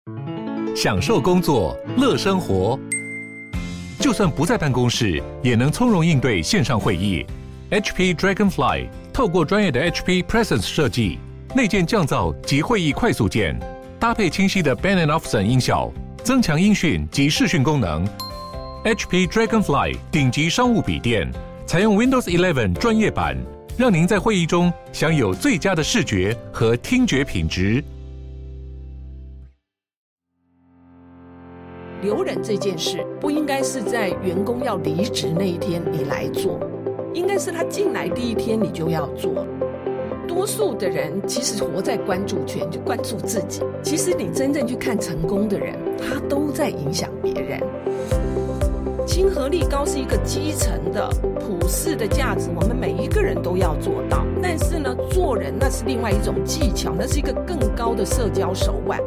享受工作，乐生活。就算不在办公室，也能从容应对线上会议。HP Dragonfly 透过专业的 HP Presence 设计，内建降噪及会议快速键，搭配清晰的 Bang & Olufsen 音效，增强音讯及视讯功能。HP Dragonfly 顶级商务笔电，采用 Windows 11专业版，让您在会议中享有最佳的视觉和听觉品质。 留人这件事不应该是在员工要离职那一天你来做，应该是他进来第一天你就要做。多数的人其实活在关注圈，就关注自己。其实你真正去看成功的人，他都在影响别人。亲和力高是一个基层的普世的价值，我们每一个人都要做到。但是呢，做人那是另外一种技巧，那是一个更高的社交手腕。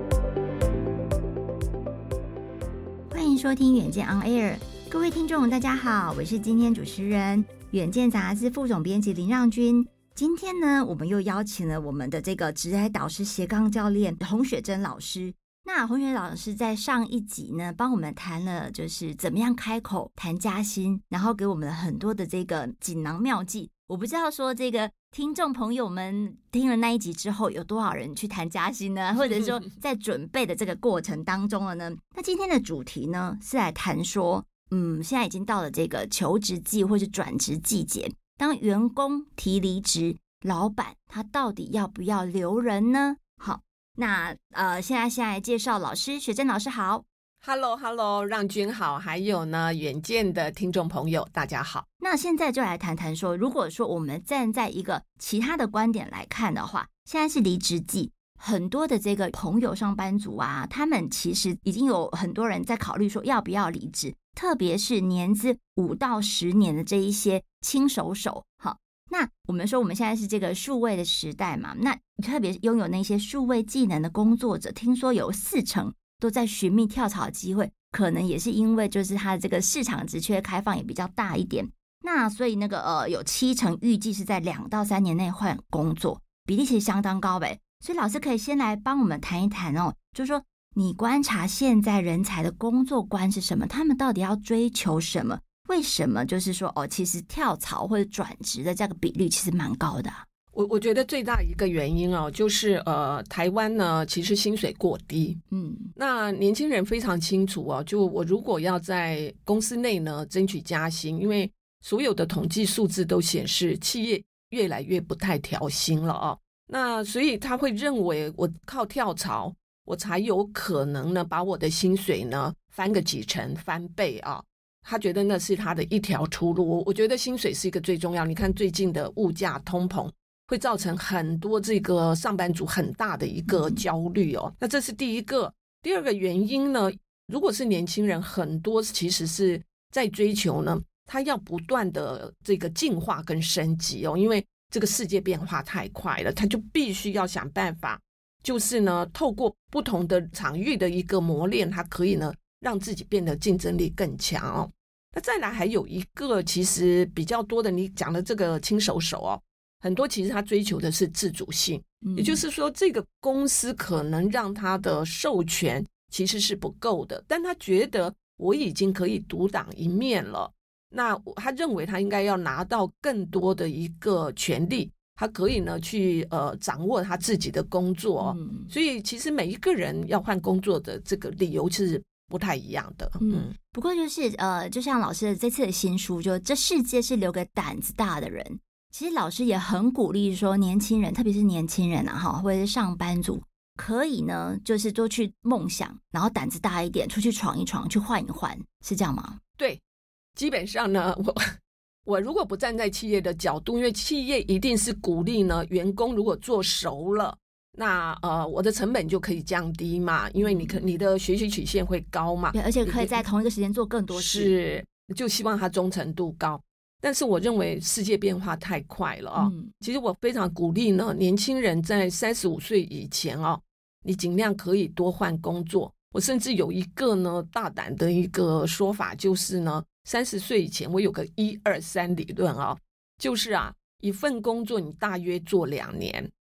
欢迎收听远见 On Air， 各位听众大家好，我是今天主持人远见杂志副总编辑林让均。今天呢，我们又邀请了我们的这个职涯导师斜杠教练洪雪珍老师。那洪雪老师在上一集呢，帮我们谈了就是怎么样开口谈加薪，然后给我们很多的这个锦囊妙计。我不知道说这个听众朋友们听了那一集之后，有多少人去谈加薪呢？或者说在准备的这个过程当中了呢？那今天的主题呢，是来谈说，现在已经到了这个求职季或是转职季节，当员工提离职，老板他到底要不要留人呢？好，那现在来介绍老师，雪珍老师好。 Hello， 让均好，还有呢远见的听众朋友大家好。 那现在就来谈谈说，如果说我们站在一个其他的观点来看的话，现在是离职季，很多的这个朋友上班族啊，他们其实已经有很多人在考虑说要不要离职，特别是年资5到10年的这一些轻手。好，那我们说我们现在是这个数位的时代嘛，那特别拥有那些数位技能的工作者，听说有40%都在寻觅跳槽机会，可能也是因为就是它的这个市场职缺开放也比较大一点。那所以那个有70%预计是在2到3年内换工作，比例其实相当高呗。所以老师可以先来帮我们谈一谈哦，就是说你观察现在人才的工作观是什么？他们到底要追求什么？为什么就是说其实跳槽或者转职的这个比率其实蛮高的啊？ 我觉得最大一个原因就是台湾呢其实薪水过低，那年轻人非常清楚就我如果要在公司内呢争取加薪，因为所有的统计数字都显示企业越来越不太调薪了那所以他会认为我靠跳槽我才有可能呢把我的薪水呢翻个几成翻倍他觉得那是他的一条出路。我觉得薪水是一个最重要，你看最近的物价通膨会造成很多这个上班族很大的一个焦虑那这是第一个。第二个原因呢，如果是年轻人，很多其实是在追求呢他要不断的这个进化跟升级因为这个世界变化太快了，他就必须要想办法，就是呢透过不同的场域的一个磨练，他可以呢让自己变得竞争力更强那再来还有一个其实比较多的，你讲的这个轻手很多其实他追求的是自主性，也就是说这个公司可能让他的授权其实是不够的，但他觉得我已经可以独当一面了，那他认为他应该要拿到更多的一个权利，他可以呢去掌握他自己的工作所以其实每一个人要换工作的这个理由是不太一样的不过就是就像老师的这次的新书，就这世界是留给胆子大的人。其实老师也很鼓励说年轻人，特别是年轻人或者是上班族，可以呢就是多去梦想，然后胆子大一点，出去闯一闯，去换一换，是这样吗？ 对，基本上呢我如果不站在企业的角度，因为企业一定是鼓励呢员工如果做熟了，那我的成本就可以降低嘛，因为你的学习曲线会高嘛， 对，而且可以在同一个时间做更多事， 是就希望他忠诚度高。但是我认为世界变化太快了其实我非常鼓励呢年轻人在35岁以前你尽量可以多换工作。我甚至有一个呢大胆的一个说法，就是呢30岁以前我有个123理论就是一份工作你大约做2年，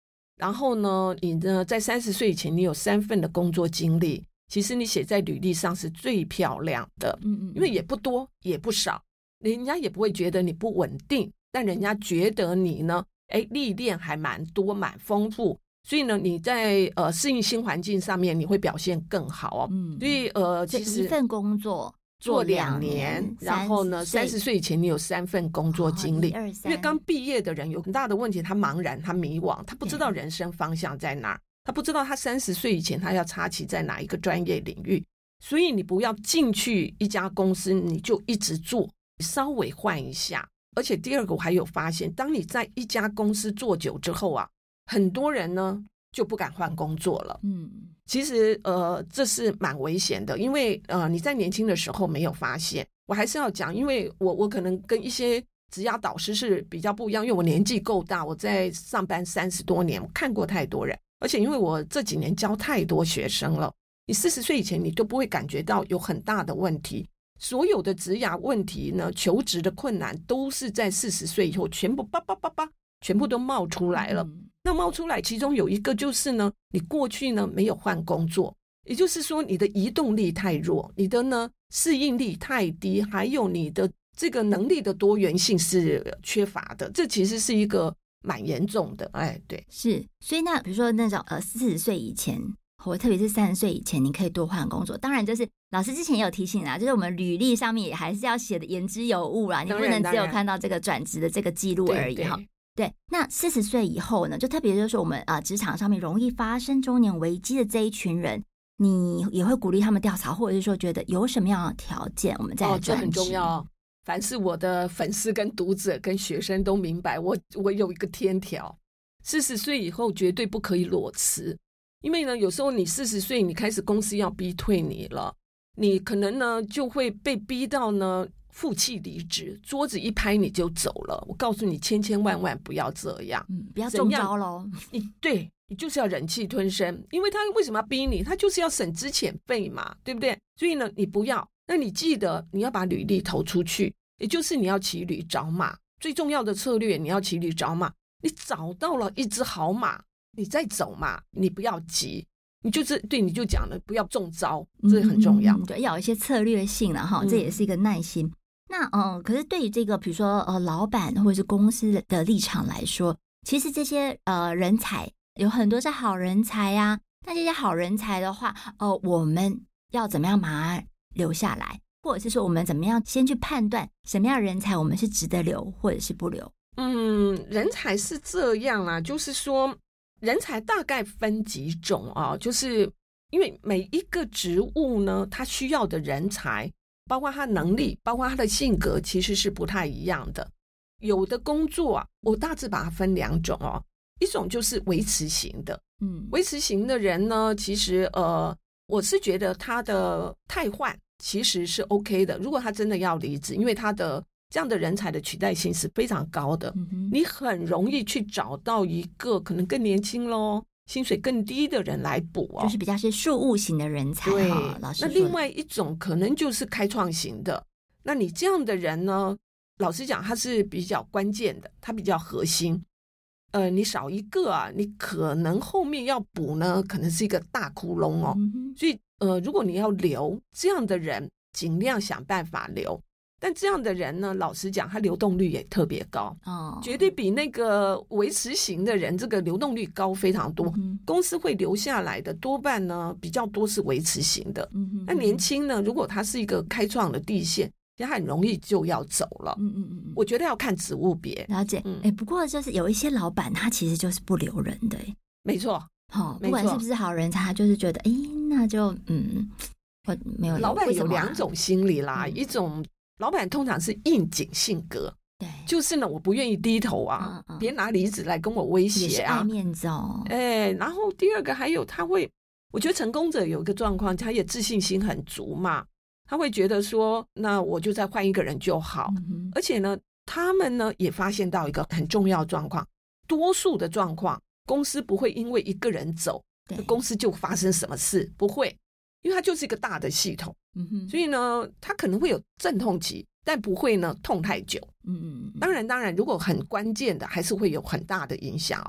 然后呢你呢在30岁以前你有3份的工作经历，其实你写在履历上是最漂亮的。因为也不多也不少，人家也不会觉得你不稳定，但人家觉得你呢历练还蛮多蛮丰富，所以呢你在适应新环境上面你会表现更好所以其实一份工作做2年，然后呢30岁以前你有3份工作经历，因为刚毕业的人有很大的问题，他茫然他迷惘，他不知道人生方向在哪，他不知道他30岁以前他要插旗在哪一个专业领域。所以你不要进去一家公司你就一直做，稍微换一下。而且第二个我还有发现，当你在一家公司做久之后啊，很多人呢就不敢换工作了。其实这是蛮危险的，因为你在年轻的时候没有发现。我还是要讲，因为我可能跟一些职涯导师是比较不一样，因为我年纪够大，我在上班30多年，我看过太多人，而且因为我这几年教太多学生了，你40岁以前你都不会感觉到有很大的问题。所有的职涯问题呢，求职的困难都是在40岁以后全部全部都冒出来了。那冒出来其中有一个就是呢，你过去呢没有换工作，也就是说你的移动力太弱，你的呢适应力太低，还有你的这个能力的多元性是缺乏的，这其实是一个蛮严重的。对， 是。所以那比如说那种40岁以前，或特别是30岁以前，你可以多换工作。当然就是老师之前也有提醒啦，就是我们履历上面也还是要写的言之有物啦，你不能只有看到这个转职的这个记录而已哈。对，那40岁以后呢，就特别就是我们职场上面容易发生中年危机的这一群人，你也会鼓励他们调查，或者是说觉得有什么样的条件我们再来转职。 这很重要。凡是我的粉丝跟读者跟学生都明白，我有一个天条，40岁以后绝对不可以裸辞。因为呢有时候你40岁你开始公司要逼退你了，你可能呢就会被逼到呢负气离职，桌子一拍你就走了。我告诉你千万不要这样， 不要中招咯。 对，你就是要忍气吞声，因为他为什么要逼你？他就是要省资遣费嘛，对不对？所以呢你不要，那你记得你要把履历投出去，也就是你要骑驴找马。最重要的策略你要骑驴找马，你找到了一只好马你再走嘛，你不要急，你就是对你就讲了不要中招，这很重要。 对，要有一些策略性了哈，这也是一个耐心。那可是对于这个比如说老板或者是公司的立场来说，其实这些人才有很多是好人才啊，那这些好人才的话我们要怎么样把它留下来，或者是说我们怎么样先去判断什么样的人才我们是值得留或者是不留？ 人才是这样啦，就是说人才大概分几种就是因为每一个职务呢他需要的人才包括他能力包括他的性格其实是不太一样的。有的工作我大致把它分2种一种就是维持型的维持型的人呢其实我是觉得他的汰换其实是 OK 的，如果他真的要离职，因为他的这样的人才的取代性是非常高的你很容易去找到一个可能更年轻咯薪水更低的人来补就是比较是事务型的人才。 对， 老师说那另外一种可能就是开创型的，那你这样的人呢老实讲他是比较关键的，他比较核心你少一个你可能后面要补呢可能是一个大窟窿所以如果你要留这样的人尽量想办法留，但这样的人呢老实讲他流动率也特别高绝对比那个维持型的人这个流动率高非常多公司会留下来的多半呢比较多是维持型的那年轻呢如果他是一个开创的地线他很容易就要走了我觉得要看职务别。 了解不过就是有一些老板他其实就是不留人的没错不管是不是好人才，他就是觉得那就我没有。 老板有2种心理啦一种老板通常是应景性格， 对， 就是呢我不愿意低头别拿离职来跟我威胁也是爱面子然后第二个还有他会，我觉得成功者有一个状况，他也自信心很足嘛，他会觉得说那我就再换一个人就好而且呢他们呢也发现到一个很重要的状况，多数的状况公司不会因为一个人走公司就发生什么事，不会，因为它就是一个大的系统所以呢它可能会有阵痛期，但不会呢痛太久当然如果很关键的还是会有很大的影响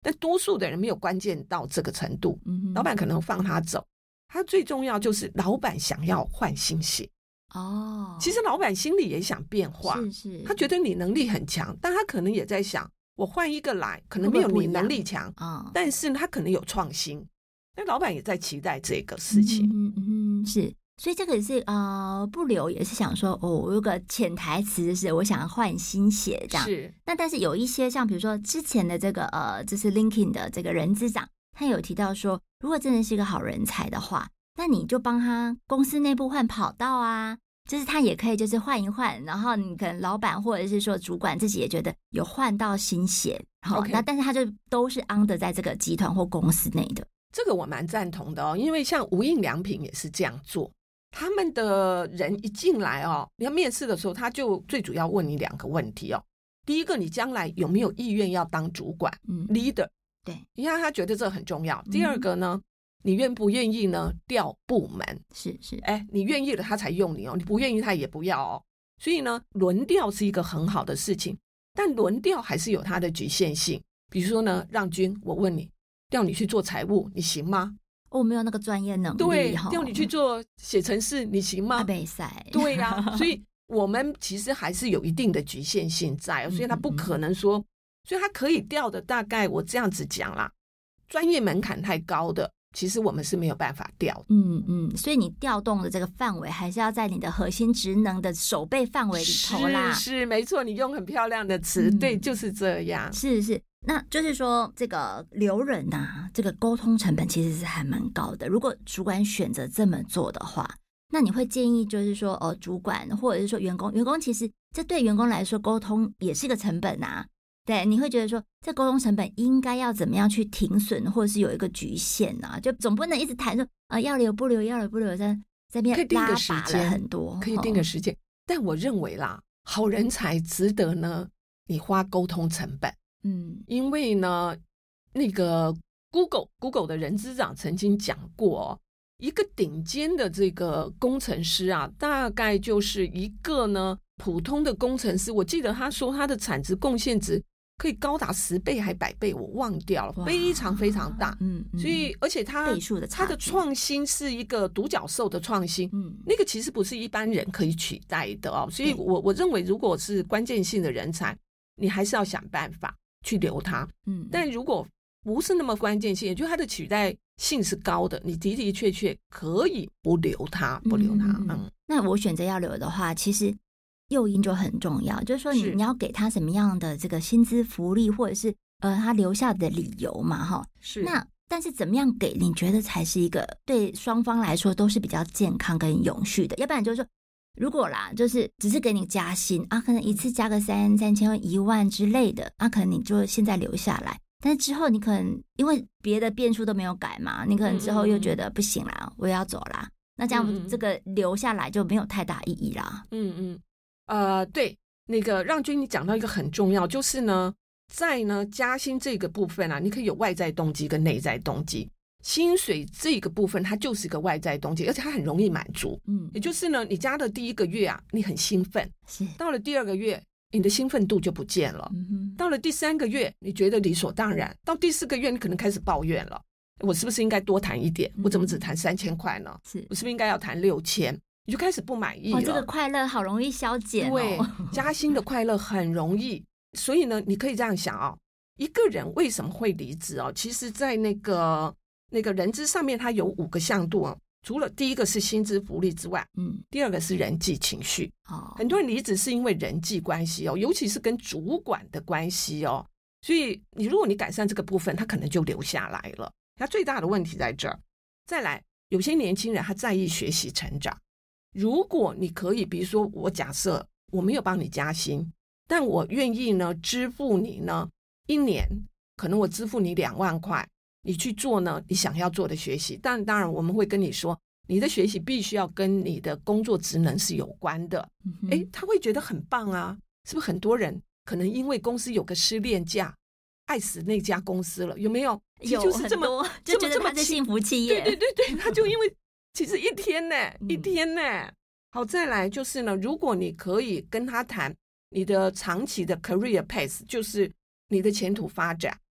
但多数的人没有关键到这个程度，老板可能放他走。他最重要就是老板想要换新血。其实老板心里也想变化，是他觉得你能力很强，但他可能也在想，我换一个来，可能没有你能力强，但是他可能有创新。那老板也在期待这个事情。 是。所以这个也是不留也是想说我有个潜台词是我想要换新血这样。 是。 那但是有一些像比如说之前的这个就是 LinkedIn 的这个人资长，他有提到说，如果真的是一个好人才的话，那你就帮他公司内部换跑道啊，就是他也可以就是换一换，然后你可能老板或者是说主管自己也觉得有换到新血，那但是他就都是 under 在这个集团或公司内的。 这个我蛮赞同的哦，因为像无印良品也是这样做。他们的人一进来哦，你要面试的时候，他就最主要问你2个问题哦。第一个，你将来有没有意愿要当主管，leader？ 对， 因为他觉得这很重要。第二个呢，你愿不愿意呢调部门？ 是， 你愿意了他才用你哦，你不愿意他也不要哦。所以呢，轮调是一个很好的事情，但轮调还是有它的局限性。比如说呢，让君，我问你，调你去做财务，你行吗？ 我没有那个专业能力。 对，调你去做写程式，你行吗？ 没赛。 对啊，所以我们其实还是有一定的局限性在，所以他不可能说，所以他可以调的大概我这样子讲啦，专业门槛太高的，其实我们是没有办法调的。 所以你调动的这个范围还是要在你的核心职能的守备范围里头啦。 是没错，你用很漂亮的词，对，就是这样。 是。那就是说这个留人啊，这个沟通成本其实是还蛮高的。如果主管选择这么做的话，那你会建议就是说主管或者是说员工其实这对员工来说沟通也是个成本啊。对，你会觉得说这沟通成本应该要怎么样去停损，或者是有一个局限啊，就总不能一直谈说要留不留，要留不留，在这边拉拔了很多， 可以定个时间。但我认为啦，好人才值得呢你花沟通成本。因为呢那个 Google 的人资长曾经讲过一个顶尖的这个工程师啊，大概就是一个呢普通的工程师，我记得他说他的产值贡献值可以高达10倍还100倍，我忘掉了，非常非常大。所以而且他的创新是一个独角兽的创新，那个其实不是一般人可以取代的哦。所以我认为如果是关键性的人才，你还是要想办法去留他。但如果不是那么关键性，也就是他的取代性是高的，你的的确确可以不留他。 那我选择要留的话，其实诱因就很重要，就是说你要给他什么样的这个薪资福利，或者是他留下的理由嘛，是。那但是怎么样给你觉得才是一个对双方来说都是比较健康跟永续的？要不然就是说，如果啦，就是只是给你加薪可能一次加个3000、1万之类的，可能你就现在留下来，但是之后你可能因为别的变数都没有改嘛，你可能之后又觉得不行啦，我要走啦，那这样这个留下来就没有太大意义啦。 对，那个让君你讲到一个很重要，就是呢在呢加薪这个部分你可以有外在动机跟内在动机。薪水这个部分它就是一个外在动机，而且它很容易满足。也就是呢你加的第1个月你很兴奋，到了第2个月你的兴奋度就不见了，到了第3个月你觉得理所当然，到第4个月你可能开始抱怨了，我是不是应该多谈一点，我怎么只谈3000块呢？我是不是应该要谈6000？你就开始不满意了。 这个快乐好容易消减。 对，加薪的快乐很容易。所以呢你可以这样想一个人为什么会离职其实在那个人资上面它有5个向度除了第一个是薪资福利之外，第2个是人际情绪。很多人离职是因为人际关系尤其是跟主管的关系所以如果你改善这个部分，他可能就留下来了。他最大的问题在这儿。再来，有些年轻人他在意学习成长，如果你可以，比如说我假设我没有帮你加薪，但我愿意呢支付你呢1年，可能我支付你2万块，你去做呢你想要做的学习。但当然我们会跟你说，你的学习必须要跟你的工作职能是有关的。他会觉得很棒啊。是不是很多人可能因为公司有个失恋假，爱死那家公司了，有没有？ 有就是这么多，就觉得他是幸福企业。 对，他就因为其实一天呢。好，再来就是呢，如果你可以跟他谈你的长期的 career path， 就是你的前途发展，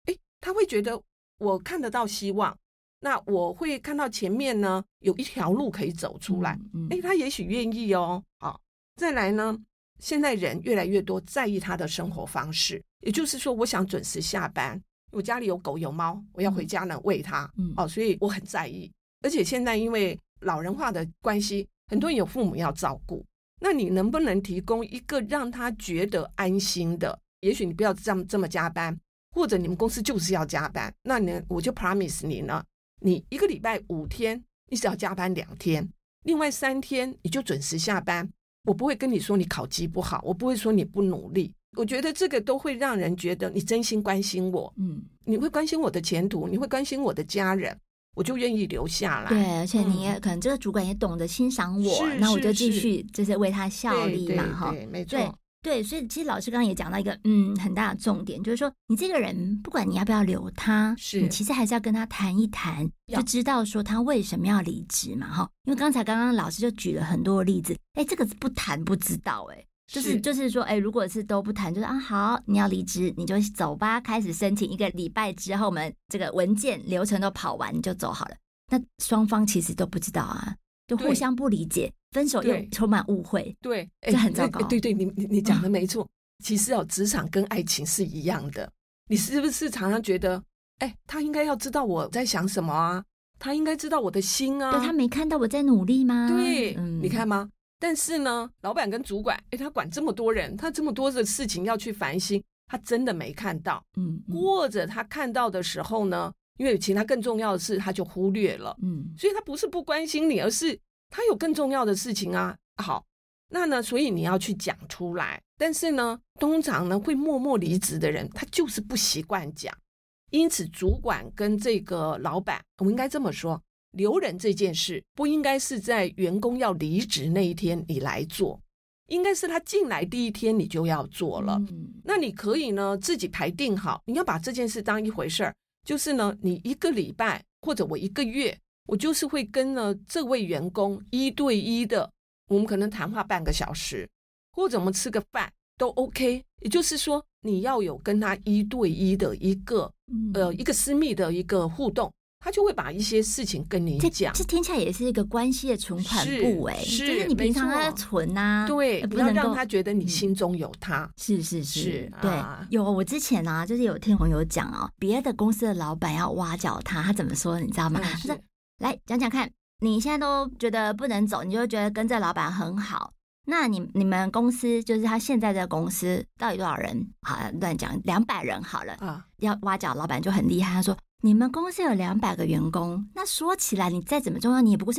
他会觉得我看得到希望，那我会看到前面呢有一条路可以走出来，他也许愿意哦。好，再来呢，现在人越来越多在意他的生活方式，也就是说我想准时下班，我家里有狗有猫，我要回家能喂它，所以我很在意。而且现在因为老人化的关系，很多人有父母要照顾，那你能不能提供一个让他觉得安心的，也许你不要这么加班，或者你们公司就是要加班，那我就 promise 你呢，你1个礼拜5天你只要加班2天，另外3天你就准时下班，我不会跟你说你考绩不好，我不会说你不努力，我觉得这个都会让人觉得你真心关心我，你会关心我的前途，你会关心我的家人，我就愿意留下来。 对，而且你也可能这个主管也懂得欣赏我，那我就继续就是为他效力嘛， 对，没错。 对，所以其实老师刚刚也讲到一个很大的重点，就是说你这个人不管你要不要留他，你其实还是要跟他谈一谈，就知道说他为什么要离职嘛，哈。因为刚刚老师就举了很多例子，这个不谈不知道，就是说如果是都不谈，就是好，你要离职你就走吧，开始申请1个礼拜之后，我们这个文件流程都跑完你就走好了。那双方其实都不知道啊，就互相不理解，分手又充满误会， 对， 这很糟糕。 对，你讲的没错。其实职场跟爱情是一样的，你是不是常常觉得他应该要知道我在想什么啊，他应该知道我的心啊， 对，他没看到我在努力吗？ 对，你看吗？但是呢，老板跟主管他管这么多人，他这么多的事情要去烦心，他真的没看到，或者他看到的时候呢，因为有其他更重要的事他就忽略了，所以他不是不关心你，而是他有更重要的事情啊。好，那呢，所以你要去讲出来。但是呢，通常呢会默默离职的人，他就是不习惯讲。因此主管跟这个老板，我们应该这么说，留人这件事不应该是在员工要离职那一天你来做，应该是他进来第1天你就要做了。那你可以呢自己排定好，你要把这件事当一回事儿，就是呢你1个礼拜或者我1个月，我就是会跟呢这位员工1对1的，我们可能谈话半个小时，或者我们吃个饭都 OK。 也就是说你要有跟他1对1的一个私密的一个互动，他就会把一些事情跟你讲。 这听起来也是一个关系的存款簿，就是你平常在存啊， 对，不要让他觉得你心中有他。 是，对，有我之前啊，就是有听朋友讲别的公司的老板要挖角他怎么说你知道吗？他说来讲讲看，你现在都觉得不能走，你就觉得跟这老板很好，那你们公司就是他现在的公司到底多少人？好，乱讲200人好了要挖角老板就很厉害，他说你们公司有200个员工，那说起来你再怎么重要，你也不过是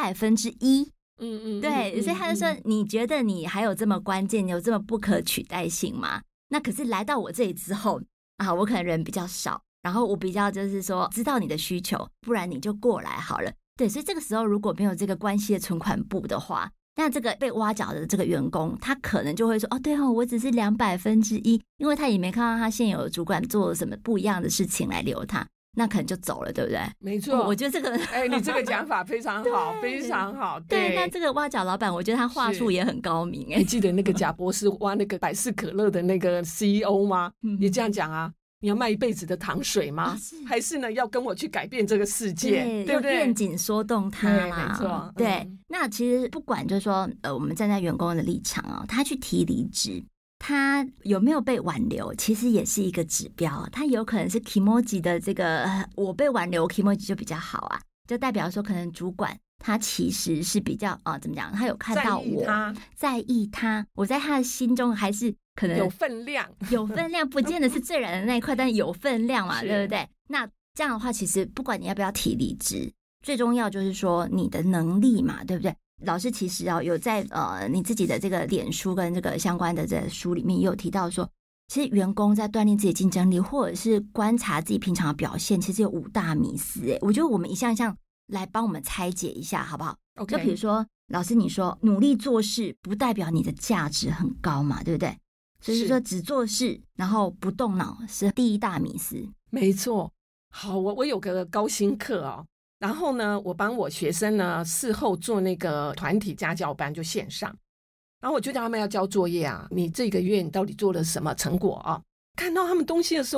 1/200。对，所以他就说你觉得你还有这么关键，你有这么不可取代性吗？那可是来到我这里之后我可能人比较少，然后我比较就是说知道你的需求，不然你就过来好了。对，所以这个时候如果没有这个关系的存款簿的话，那这个被挖角的这个员工，他可能就会说对我只是1/2，因为他也没看到他现有的主管做了什么不一样的事情来留他，那可能就走了，对不对？ 没错， 我觉得这个你这个讲法非常好非常好。 对，那这个挖角老板我觉得他话术也很高明。 你记得那个贾博士挖那个百事可乐的那个 CEO 吗？也这样讲啊，你要卖一辈子的糖水吗？还是呢要跟我去改变这个世界，对不对？ 愿景说动他啦， 没错。 对，那其实不管就是说我们站在员工的立场他去提离职，他有没有被挽留其实也是一个指标，他有可能是 Kimoji 的这个我被挽留 Kimoji 就比较好啊，就代表说可能主管他其实是比较怎么讲，他有看到我在意他，我在他的心中还是可能有分量不见得是最软的那一块，但有分量嘛，对不对？那这样的话其实不管你要不要提离职，最重要就是说你的能力嘛，对不对？老师其实有在你自己的这个脸书跟这个相关的这个书里面也有提到说，其实员工在锻炼自己的竞争力或者是观察自己平常的表现，其实有5大迷思。我觉得我们一项一项来帮我们拆解一下好不好？ OK， 就比如说老师你说努力做事不代表你的价值很高嘛，对不对？所以说只做事然后不动脑是第1大迷思。 没错。好，我有个高薪课然后呢我帮我学生呢事后做那个团体家教班，就线上，然后我就叫他们要交作业你这个月你到底做了什么成果看到他们东西的时候，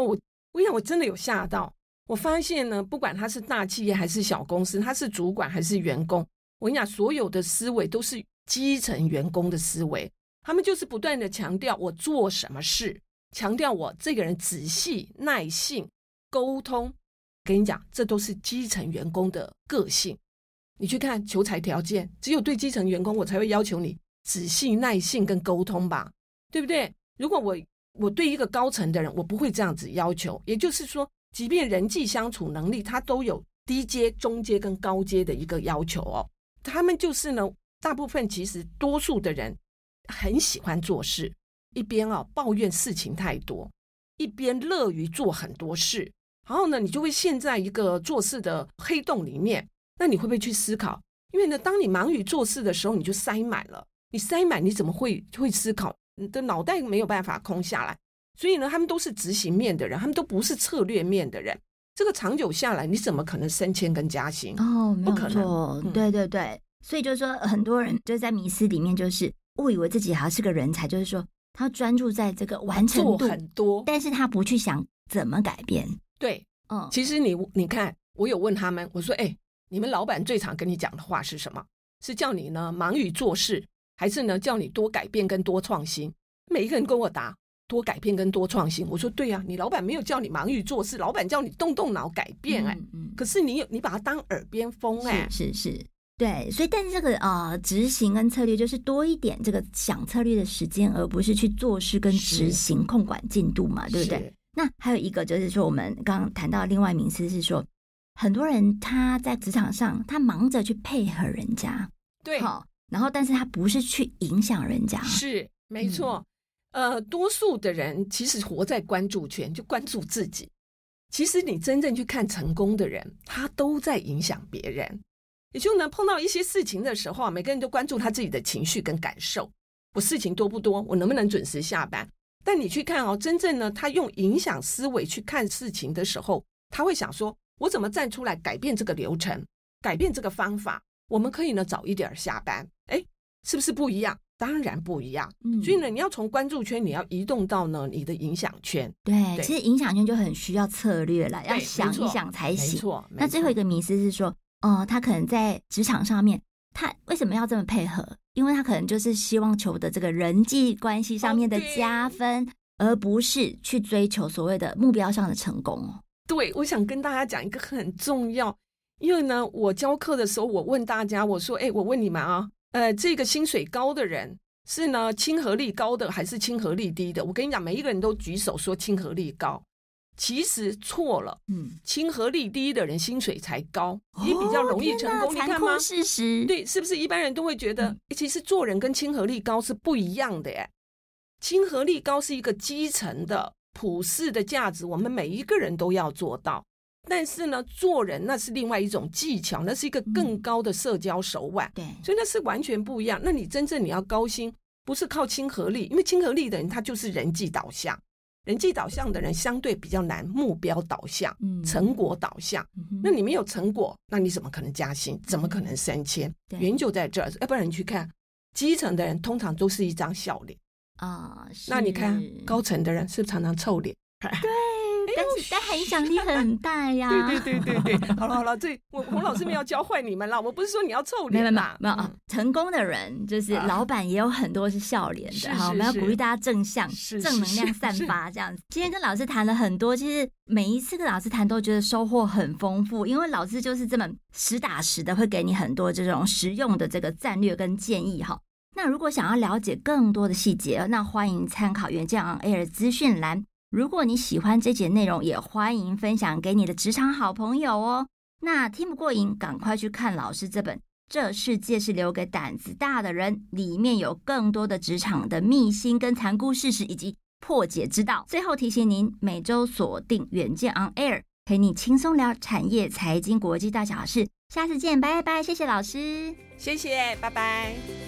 我跟你讲，我真的有吓到。我发现呢，不管他是大企业还是小公司，他是主管还是员工，我跟你讲，所有的思维都是基层员工的思维。他们就是不断的强调我做什么事，强调我这个人仔细、耐性、沟通。跟你讲，这都是基层员工的个性。你去看求才条件，只有对基层员工我才会要求你仔细、耐性跟沟通吧，对不对？如果我对一个高层的人，我不会这样子要求。也就是说，即便人际相处能力，他都有低阶、中阶跟高阶的一个要求哦。他们就是呢，大部分其实多数的人很喜欢做事，一边抱怨事情太多，一边乐于做很多事。然后呢，你就会陷在一个做事的黑洞里面。那你会不会去思考？因为呢，当你忙于做事的时候，你就塞满了。你塞满，你怎么会思考？你的脑袋没有办法空下来。所以呢，他们都是执行面的人，他们都不是策略面的人。这个长久下来，你怎么可能升迁跟加薪？ 没有错，对对对。所以就是说，很多人就在迷思里面，就是误以为自己好像是个人才，就是说他专注在这个完成度做很多， 但是他不去想怎么改变。 对，其实你看，我有问他们，我说，你们老板最常跟你讲的话是什么？是叫你呢忙于做事，还是呢叫你多改变跟多创新？每一个人跟我答多改变跟多创新。我说对啊，你老板没有叫你忙于做事，老板叫你动脑改变可是你把它当耳边风是，对。所以但是这个执行跟策略就是多一点这个想策略的时间，而不是去做事跟执行控管进度嘛，对不对？那还有一个就是说，我们刚刚谈到另外名词是说，很多人他在职场上他忙着去配合人家， 对， 然后但是他不是去影响人家， 是没错。多数的人其实活在关注圈，就关注自己。其实你真正去看成功的人，他都在影响别人。也就呢，碰到一些事情的时候，每个人都关注他自己的情绪跟感受。我事情多不多？我能不能准时下班？但你去看真正呢，他用影响思维去看事情的时候，他会想说，我怎么站出来改变这个流程，改变这个方法？我们可以呢早一点下班，是不是不一样？当然不一样。所以呢，你要从关注圈，你要移动到呢你的影响圈。 对，其实影响圈就很需要策略了，要想一想才行。 没错。 那最后一个迷思是说，他可能在职场上面，他为什么要这么配合？因为他可能就是希望求的这个人际关系上面的加分，而不是去追求所谓的目标上的成功。 对，我想跟大家讲一个很重要，因为呢，我教课的时候，我问大家，我说，我问你们这个薪水高的人是呢亲和力高的还是亲和力低的？我跟你讲，每一个人都举手说亲和力高，其实错了。亲和力低的人薪水才高，也比较容易成功。你看吗？ 事实。 对，是不是一般人都会觉得，其实做人跟亲和力高是不一样的耶。亲和力高是一个基层的普世的价值，我们每一个人都要做到。但是呢，做人那是另外一种技巧，那是一个更高的社交手腕。 对， 所以那是完全不一样。那你真正你要高薪，不是靠亲和力，因为亲和力的人他就是人际导向，人际导向的人相对比较难目标导向，成果导向。那你没有成果，那你怎么可能加薪？怎么可能升迁？原因就在这儿。要不然你去看基层的人，通常都是一张笑脸那你看高层的人是不是常常臭脸？ 对。但影响力很大呀。 对，好了，这洪老师没有教坏你们啦，我不是说你要臭脸啦。 没有成功的人就是老板也有很多是笑脸的我们要鼓励大家正向正能量散发这样子。今天跟老师谈了很多，其实每一次跟老师谈都觉得收获很丰富，因为老师就是这么实打实的会给你很多这种实用的这个战略跟建议那如果想要了解更多的细节，那欢迎参考远见 On Air 资讯栏。如果你喜欢这节内容，也欢迎分享给你的职场好朋友那听不过瘾，赶快去看老师这本《这世界是留给胆子大的人》，里面有更多的职场的秘辛跟残酷事实以及破解之道。最后提醒您，每周锁定远见 On Air， 陪你轻松聊产业、财经、国际大小事。下次见，拜拜！谢谢老师， 谢谢，拜拜。